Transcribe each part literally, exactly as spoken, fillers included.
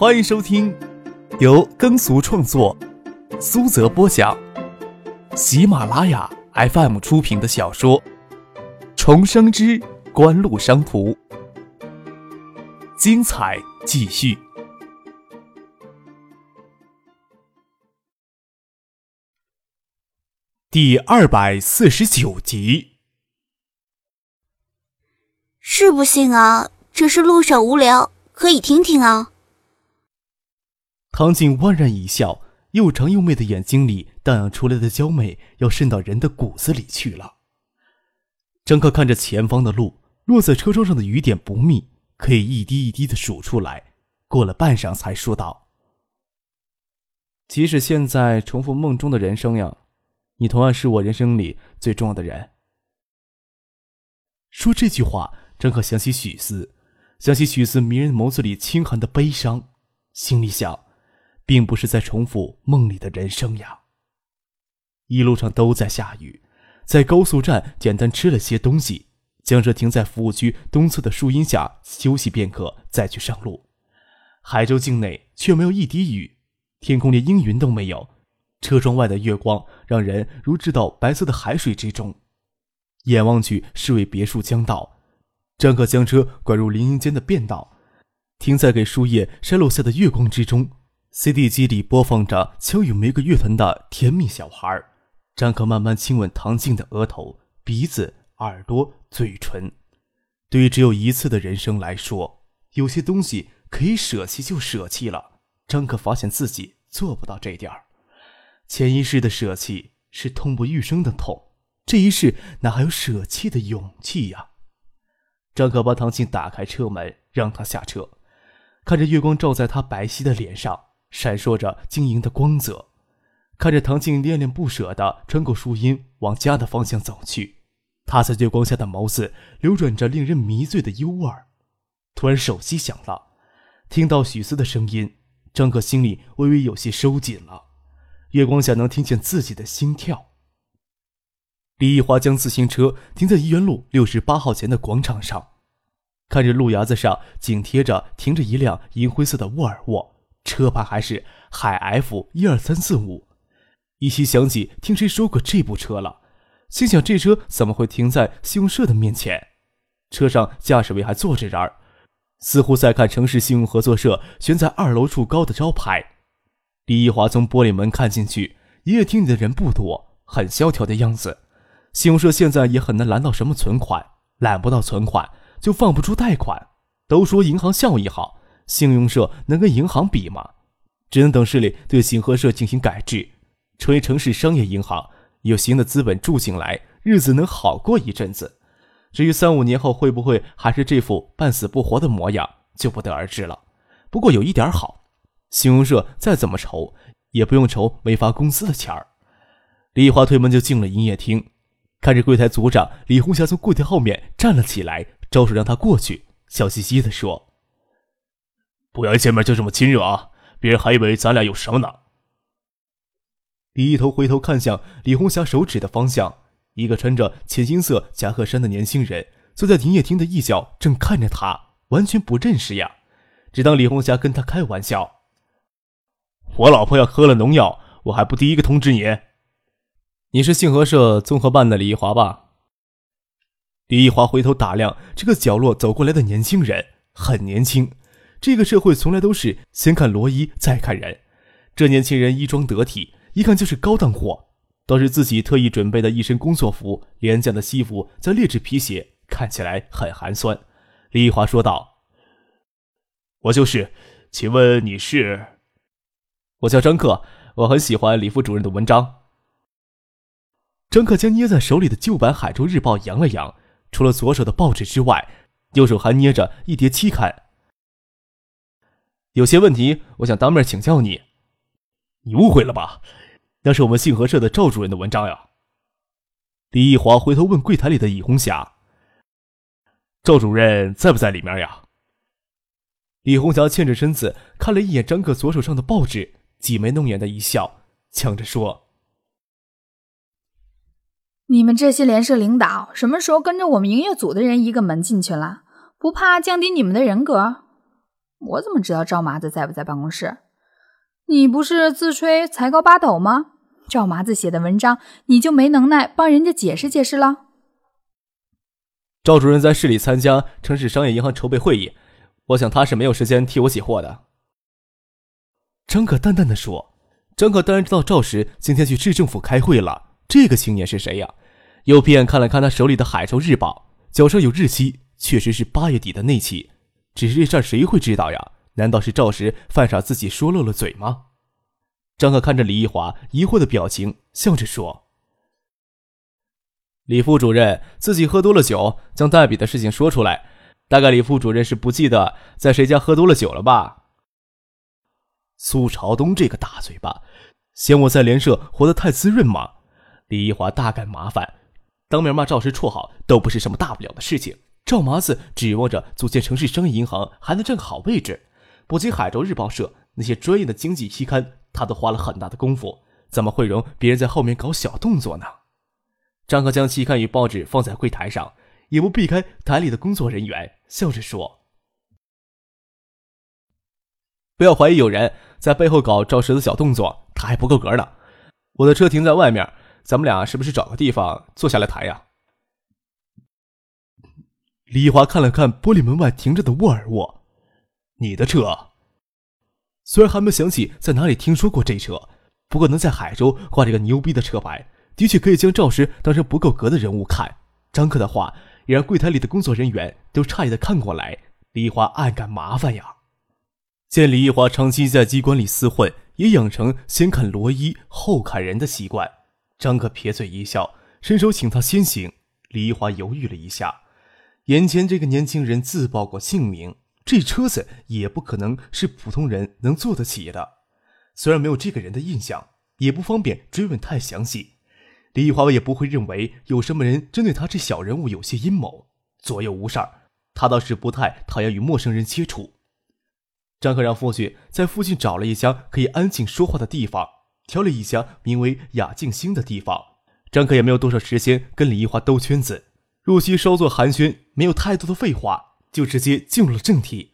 欢迎收听由耕俗创作、苏泽播讲、喜马拉雅 F M 出品的小说《重生之官路商途》，精彩继续。第二百四十九集。 是不信啊，只是路上无聊，可以听听啊。 唐静莞然一笑，又长又媚的眼睛里荡漾出来的娇媚要渗到人的骨子里去了。张克看着前方的路，落在车窗上的雨点不密，可以一滴一滴地数出来，过了半晌才说道：即使现在重复梦中的人生呀，你同样是我人生里最重要的人。说这句话，张克想起许思，想起许思迷人眸子里清寒的悲伤，心里想，并不是在重复梦里的人生呀。一路上都在下雨，在高速站简单吃了些东西，将车停在服务区东侧的树荫下休息片刻，再去上路。海州境内却没有一滴雨，天空连阴云都没有，车窗外的月光让人如置到白色的海水之中。眼望去，是位别墅将到，张克将车拐入林荫间的便道，停在给树叶筛落下的月光之中。C D 机里播放着秋雨玫瑰乐团的甜蜜小孩，张克慢慢亲吻唐静的额头、鼻子、耳朵、嘴唇。对于只有一次的人生来说，有些东西可以舍弃就舍弃了。张克发现自己做不到这点儿。前一世的舍弃是痛不欲生的痛，这一世哪还有舍弃的勇气呀？张克帮唐静打开车门，让她下车，看着月光照在她白皙的脸上，闪烁着晶莹的光泽，看着唐静恋恋不舍地穿过树荫往家的方向走去，她在月光下的眸子流转着令人迷醉的幽味。突然手机响了，听到许思的声音，张克心里微微有些收紧了，月光下能听见自己的心跳。李一华将自行车停在怡园路六十八号前的广场上，看着路牙子上紧贴着停着一辆银灰色的沃尔沃，车牌还是海 F 一二三四五。依稀想起听谁说过这部车了，心想这车怎么会停在信用社的面前？车上驾驶位还坐着人，似乎在看城市信用合作社悬在二楼处高的招牌。李一华从玻璃门看进去，营业厅里的人不多，很萧条的样子。信用社现在也很难揽到什么存款，揽不到存款就放不出贷款。都说银行效益好，信用社能跟银行比吗？只能等市里对信合社进行改制，成为城市商业银行，有新的资本注进来，日子能好过一阵子。至于三五年后会不会还是这副半死不活的模样，就不得而知了。不过有一点好，信用社再怎么愁也不用愁没发工资的钱儿。李华推门就进了营业厅，看着柜台组长李红霞从柜台后面站了起来，招手让他过去，笑嘻嘻地说：不要一见面就这么亲热啊，别人还以为咱俩有什么呢。李一头回头看向李红霞手指的方向，一个穿着浅金色夹克衫的年轻人坐在营业厅的一角，正看着他，完全不认识呀，只当李红霞跟他开玩笑。我老婆要喝了农药，我还不第一个通知你？你是信合社综合办的李一华吧？李一华回头打量这个角落走过来的年轻人，很年轻。这个社会从来都是先看罗衣再看人，这年轻人衣装得体，一看就是高档货，倒是自己特意准备的一身工作服，廉价的西服加劣质皮鞋，看起来很寒酸。李一华说道：我就是，请问你是？我叫张克，我很喜欢李副主任的文章。张克将捏在手里的旧版《海州日报》扬了扬，除了左手的报纸之外，右手还捏着一叠期刊。有些问题我想当面请教你。你误会了吧？那是我们信合社的赵主任的文章呀。李一华回头问柜台里的李红霞：赵主任在不在里面呀？李红霞欠着身子看了一眼张克左手上的报纸，挤眉弄眼的一笑，呛着说： 你们这些联社领导什么时候跟着我们营业组的人一个门进去了？不怕降低你们的人格？ 我怎么知道赵麻子在不在办公室？你不是自吹才高八斗吗？赵麻子写的文章，你就没能耐帮人家解释解释了？ 赵主任在市里参加城市商业银行筹备会议，我想他是没有时间替我解惑的。张可淡淡的说。张可当然知道赵石今天去市政府开会了，这个青年是谁呀？又瞥眼看了看他手里的海州日报，脚上有日期，确实是八月底的那期。只是这事儿谁会知道呀？难道是赵石犯傻自己说漏了嘴吗？张可看着李一华疑惑的表情，笑着说：李副主任自己喝多了酒，将代笔的事情说出来，大概李副主任是不记得在谁家喝多了酒了吧？苏朝东这个大嘴巴，嫌我在联社活得太滋润吗？李一华大感麻烦，当面骂赵石绰号都不是什么大不了的事情。赵麻子指望着组建城市商业银行还能占个好位置，不仅海州日报社那些专业的经济期刊他都花了很大的功夫，怎么会容别人在后面搞小动作呢？张可将期刊与报纸放在柜台上，也不避开台里的工作人员，笑着说：不要怀疑有人在背后搞赵石的小动作，他还不够格呢。我的车停在外面，咱们俩是不是找个地方坐下来谈呀？李一华看了看玻璃门外停着的沃尔沃，你的车？虽然还没想起在哪里听说过这车，不过能在海州挂这个牛逼的车牌，的确可以将赵石当成不够格的人物看。张克的话也让柜台里的工作人员都诧异地看过来，李一华暗感麻烦呀。见李一华长期在机关里厮混，也养成先看罗衣后看人的习惯。张克撇嘴一笑，伸手请他先行。李一华犹豫了一下，眼前这个年轻人自报过姓名，这车子也不可能是普通人能坐得起的。虽然没有这个人的印象，也不方便追问太详细，李一华也不会认为有什么人针对他这小人物有些阴谋。左右无事儿，他倒是不太讨厌与陌生人接触。张克让夫婿在附近找了一家可以安静说话的地方，挑了一家名为雅静星的地方。张克也没有多少时间跟李一华兜圈子，入席稍作寒暄，没有太多的废话，就直接进入了正题。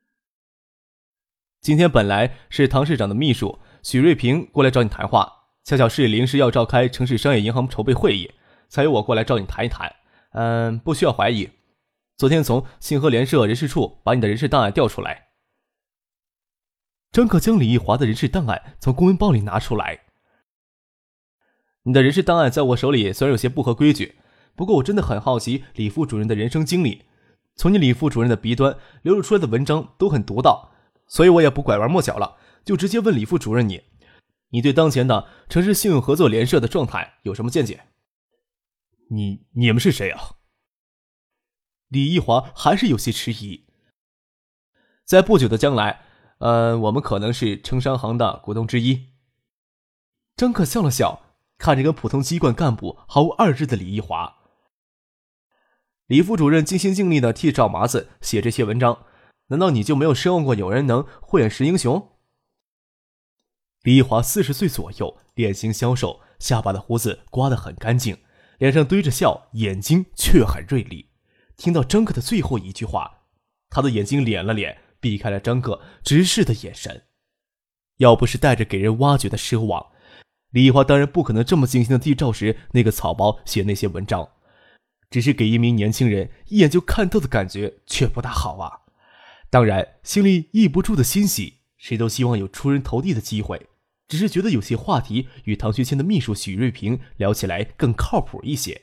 今天本来是唐市长的秘书许瑞平过来找你谈话，恰巧市里临时要召开城市商业银行筹备会议，才由我过来找你谈一谈。嗯，不需要怀疑，昨天从信和联社人事处把你的人事档案调出来。张可将李一华的人事档案从公文包里拿出来。你的人事档案在我手里虽然有些不合规矩，不过我真的很好奇李副主任的人生经历，从你李副主任的鼻端流露出来的文章都很独到，所以我也不拐弯抹角了，就直接问李副主任你，你对当前的城市信用合作联社的状态有什么见解？你你们是谁啊？李一华还是有些迟疑。在不久的将来，呃，我们可能是城商行的股东之一。张克笑了笑，看着跟普通机关干部毫无二致的李一华。李副主任尽心尽力地替赵麻子写这些文章，难道你就没有奢望过有人能慧眼识英雄？李一华四十岁左右，脸型消瘦，下巴的胡子刮得很干净，脸上堆着笑，眼睛却很锐利。听到张克的最后一句话，他的眼睛敛了敛，避开了张克直视的眼神。要不是带着给人挖掘的奢望，李一华当然不可能这么精心的替赵石那个草包写那些文章。只是给一名年轻人一眼就看透的感觉却不大好啊。当然心里抑不住的欣喜，谁都希望有出人头地的机会，只是觉得有些话题与唐学谦的秘书许瑞平聊起来更靠谱一些。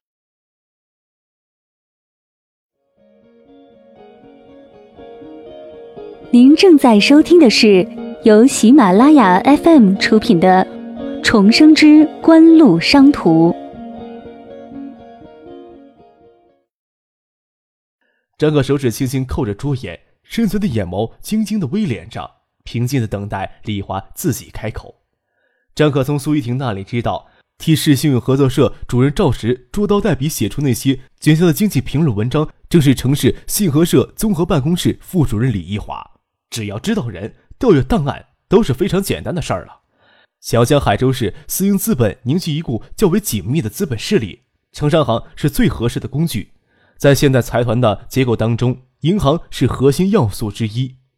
您正在收听的是由喜马拉雅 F M 出品的《重生之官路商途》。 张克手指轻轻扣着桌沿，深邃的眼眸静静地微敛着，平静地等待李华自己开口。张克从苏玉婷那里知道，替市信用合作社主任赵石捉刀带笔写出那些卷销的经济评论文章，正是城市信合社综合办公室副主任李一华。只要知道人，调阅档案都是非常简单的事儿了。想要将海州市私营资本凝聚一股较为紧密的资本势力，城商行是最合适的工具。在现代财团的结构当中，银行是核心要素之一，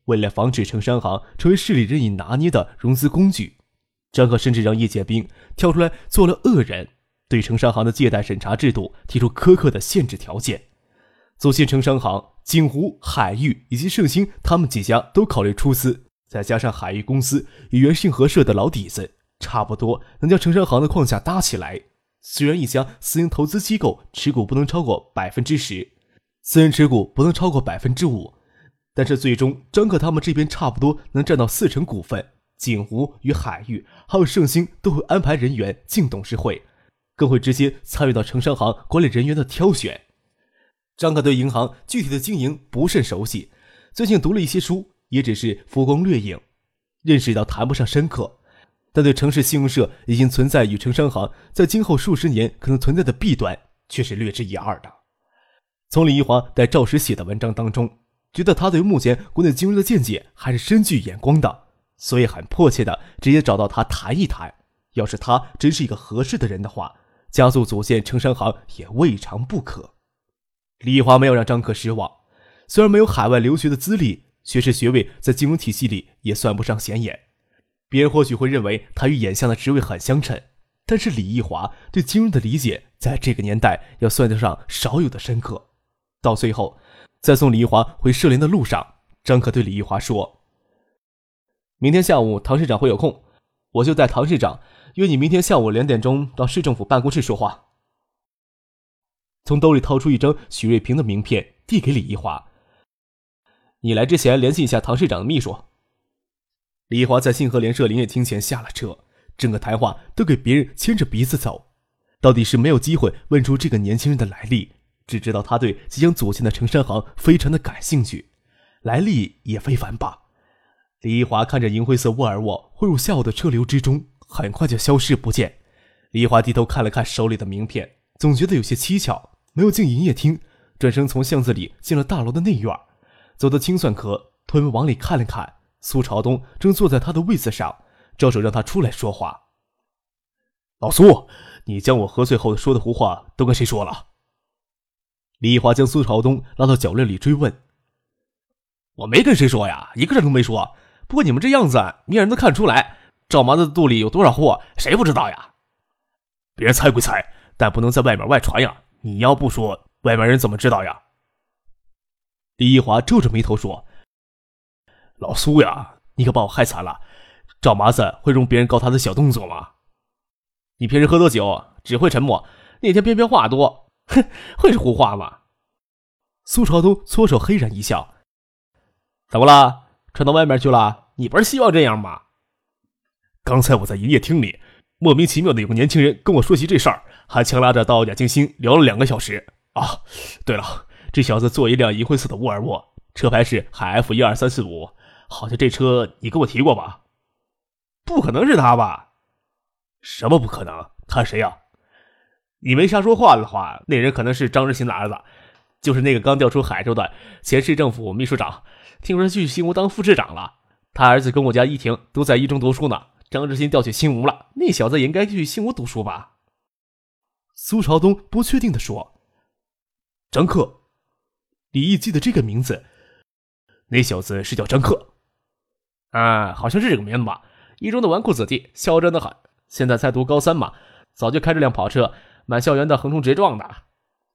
为了防止城商行成为势力任意拿捏的融资工具，张克甚至让叶剑兵跳出来做了恶人，对城商行的借贷审查制度提出苛刻的限制条件。走进城商行，锦湖、海域以及盛兴他们几家都考虑出资，再加上海域公司与原信合社的老底子，差不多能将城商行的框架搭起来。虽然一家私营投资机构持股不能超过百分之十，私人持股不能超过百分之五，但是最终张克他们这边差不多能占到四成股份。锦湖与海域还有盛兴都会安排人员进董事会，更会直接参与到城商行管理人员的挑选。张克对银行具体的经营不甚熟悉，最近读了一些书，也只是浮光掠影，认识到谈不上深刻，但对城市信用社已经存在与城商行在今后数十年可能存在的弊端却是略知一二的。从李一华在赵时写的文章当中，觉得他对目前国内金融的见解还是深具眼光的，所以很迫切的直接找到他谈一谈，要是他真是一个合适的人的话，加速组建城商行也未尝不可。李一华没有让张克失望，虽然没有海外留学的资历，学士学位在金融体系里也算不上显眼，别人或许会认为他与眼下的职位很相称，但是李一华对金融的理解在这个年代要算得上少有的深刻。到最后，在送李一华回社联的路上，张克对李一华说：明天下午唐市长会有空，我就带唐市长约你明天下午两点钟到市政府办公室说话。从兜里掏出一张许瑞平的名片递给李一华：你来之前联系一下唐市长的秘书。李一华在信和联社营业厅前下了车，整个谈话都给别人牵着鼻子走，到底是没有机会问出这个年轻人的来历，只知道他对即将组建的城商行非常的感兴趣，来历也非凡吧。李一华看着银灰色沃尔沃汇入下午的车流之中，很快就消失不见。李一华低头看了看手里的名片，总觉得有些蹊跷，没有进营业厅，转身从巷子里进了大楼的内院，走到清算科，推门往里看了看，苏朝东正坐在他的位子上，招手让他出来说话。老苏，你将我喝醉后说的胡话都跟谁说了？李一华将苏朝东拉到角落里追问。我没跟谁说呀，一个人都没说。不过你们这样子，明眼人都看出来，赵麻子的肚里有多少货，谁不知道呀？别人猜归猜，但不能在外面外传呀。你要不说，外面人怎么知道呀？李一华皱着眉头说：老苏呀，你可把我害惨了。赵麻子会容别人告他的小动作吗？你平时喝多酒，只会沉默，那天偏偏话多，哼，会是胡话吗？苏朝东搓手嘿然一笑：怎么了？传到外面去了？你不是希望这样吗？刚才我在营业厅里，莫名其妙的有个年轻人跟我说起这事儿，还强拉着到雅静新聊了两个小时。啊，对了，这小子坐一辆银灰色的沃尔沃，车牌是海 F 一二三四五，好像这车你跟我提过吧？不可能是他吧？什么不可能？他谁呀？你没瞎说话的话，那人可能是张之行的儿子，就是那个刚调出海州的前市政府秘书长，听说去新吴当副市长了。他儿子跟我家一婷都在一中读书呢，张之行调去新吴了，那小子也应该去新吴读书吧？苏朝东不确定地说。张克，李毅记得这个名字，那小子是叫张克。啊，好像是这个名字吧。一中的纨绔子弟，嚣张得很，现在才读高三嘛，早就开着辆跑车满校园的横冲直撞的。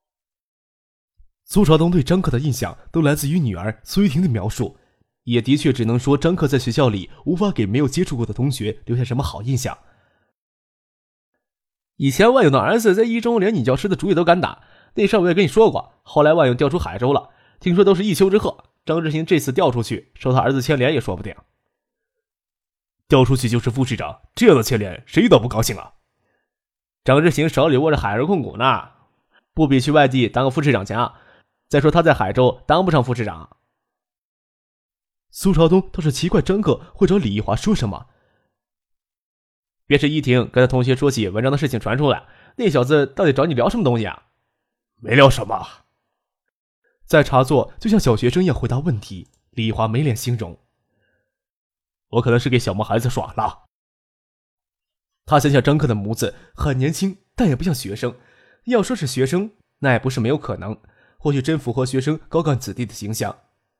苏朝东对张克的印象都来自于女儿苏玉婷的描述，也的确只能说张克在学校里无法给没有接触过的同学留下什么好印象。以前万勇的儿子在一中连女教师的主意都敢打，那事儿我也跟你说过，后来万勇调出海州了，听说都是一丘之貉，张之行这次调出去受他儿子牵连也说不定。调出去就是副市长，这样的牵连谁遇到不高兴啊？张之行手里握着海州控股呢，不比去外地当个副市长强。再说他在海州当不上副市长。苏朝东倒是奇怪张克会找李一华说什么。别是依婷跟他同学说起文章的事情传出来，那小子到底找你聊什么东西啊？没聊什么。在茶座就像小学生一样回答问题，李一华没脸形容。我可能是给小毛孩子耍了。他想想张克的模子很年轻，但也不像学生，要说是学生那也不是没有可能，或许真符合学生高干子弟的形象。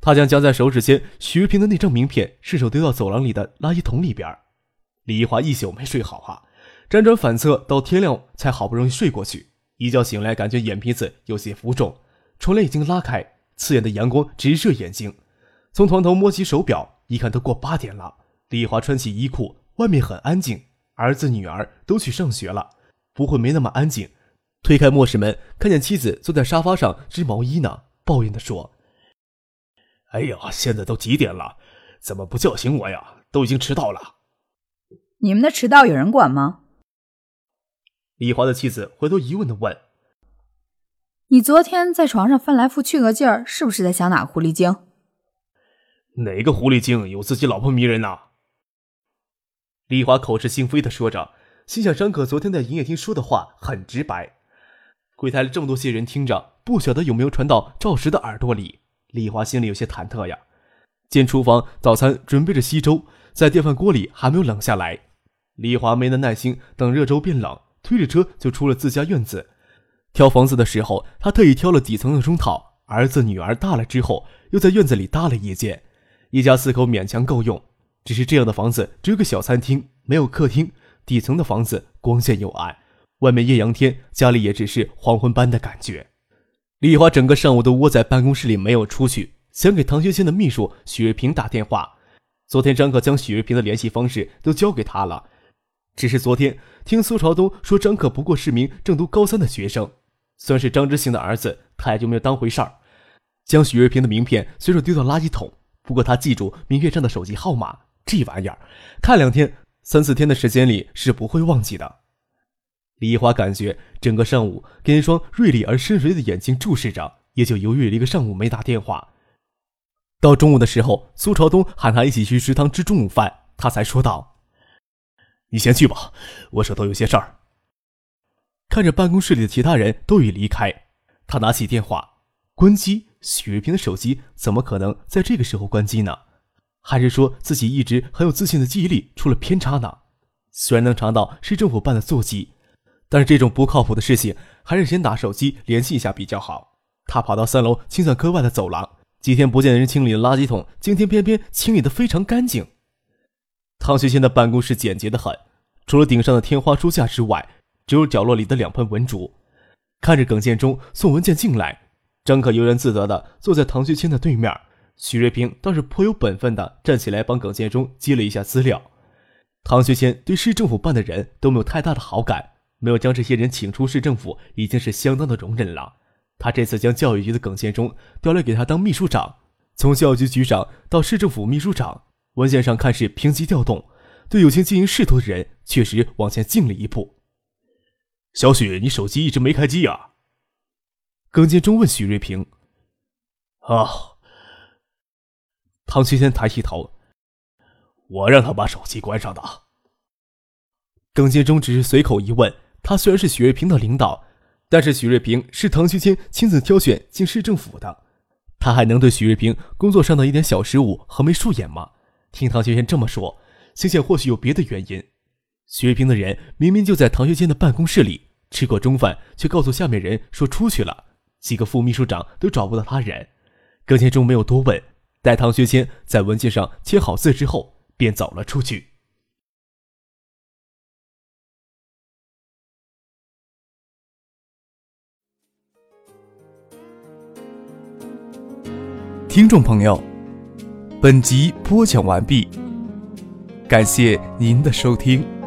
他将夹在手指间许瑞平的那张名片顺手丢到走廊里的垃圾桶里边。李一华一宿没睡好啊，辗转反侧到天亮才好不容易睡过去。一觉醒来，感觉眼皮子有些浮肿，窗帘已经拉开，刺眼的阳光直射眼睛。从床头摸起手表，一看都过八点了。李一华穿起衣裤，外面很安静，儿子女儿都去上学了，不会没那么安静。推开卧室门，看见妻子坐在沙发上织毛衣呢，抱怨地说：哎呀，现在都几点了，怎么不叫醒我呀？都已经迟到了。 你们的迟到有人管吗？ 李华的妻子回头疑问地问： 你昨天在床上翻来覆去个劲儿，是不是在想哪个狐狸精？ 哪个狐狸精有自己老婆迷人啊？李华口是心非地说着，心想张可昨天在营业厅说的话很直白，柜台里这么多些人听着，不晓得有没有传到赵石的耳朵里。李华心里有些忐忑呀。见厨房早餐准备着稀粥，在电饭锅里还没有冷下来，李华没了耐心等热粥变冷，推着车就出了自家院子。挑房子的时候，他特意挑了底层的中套，儿子女儿大了之后，又在院子里搭了一间，一家四口勉强够用。只是这样的房子只有个小餐厅，没有客厅，底层的房子光线又暗，外面艳阳天，家里也只是黄昏般的感觉。李华整个上午都窝在办公室里没有出去，想给唐学谦的秘书许瑞平打电话。昨天张可将许瑞平的联系方式都交给他了，只是昨天听苏朝东说张可不过是名正读高三的学生，算是张之行的儿子，他也就没有当回事儿，将许瑞平的名片随手丢到垃圾桶。不过他记住名片上的手机号码，这玩意儿看两天三四天的时间里是不会忘记的。李华感觉整个上午跟一双锐利而深邃的眼睛注视着，也就犹豫了一个上午没打电话。到中午的时候，苏朝东喊他一起去食堂吃中午饭，他才说道：你先去吧，我手头有些事儿。看着办公室里的其他人都已离开，他拿起电话关机。许瑞平的手机怎么可能在这个时候关机呢？还是说自己一直很有自信的记忆力出了偏差呢？虽然能查到市政府办的座机，但是这种不靠谱的事情还是先打手机联系一下比较好。他跑到三楼清算科外的走廊，几天不见人清理的垃圾桶今天偏偏清理得非常干净。唐学谦的办公室简洁得很，除了顶上的天花书架之外，只有角落里的两盆文竹。看着耿建中送文件进来，张可悠然自得地坐在唐学谦的对面，许瑞平倒是颇有本分地站起来帮耿建中接了一下资料。唐学谦对市政府办的人都没有太大的好感，没有将这些人请出市政府已经是相当的容忍了。他这次将教育局的耿建中调来给他当秘书长，从教育局局长到市政府秘书长，文件上看是平级调动，对有心经营仕途的人确实往前进了一步。小许，你手机一直没开机啊？耿建中问许瑞平。啊，唐学谦抬起头，我让他把手机关上的。耿建中只是随口一问，他虽然是许瑞平的领导，但是许瑞平是唐学谦亲自挑选进市政府的，他还能对许瑞平工作上的一点小失误横眉竖眼吗？听唐学谦这么说，心想或许有别的原因。许瑞平的人明明就在唐学谦的办公室里吃过中饭，却告诉下面人说出去了，几个副秘书长都找不到他人。耿建中没有多问，待唐学谦在文件上签好字之后便走了出去。 听众朋友，本集播讲完毕，感谢您的收听。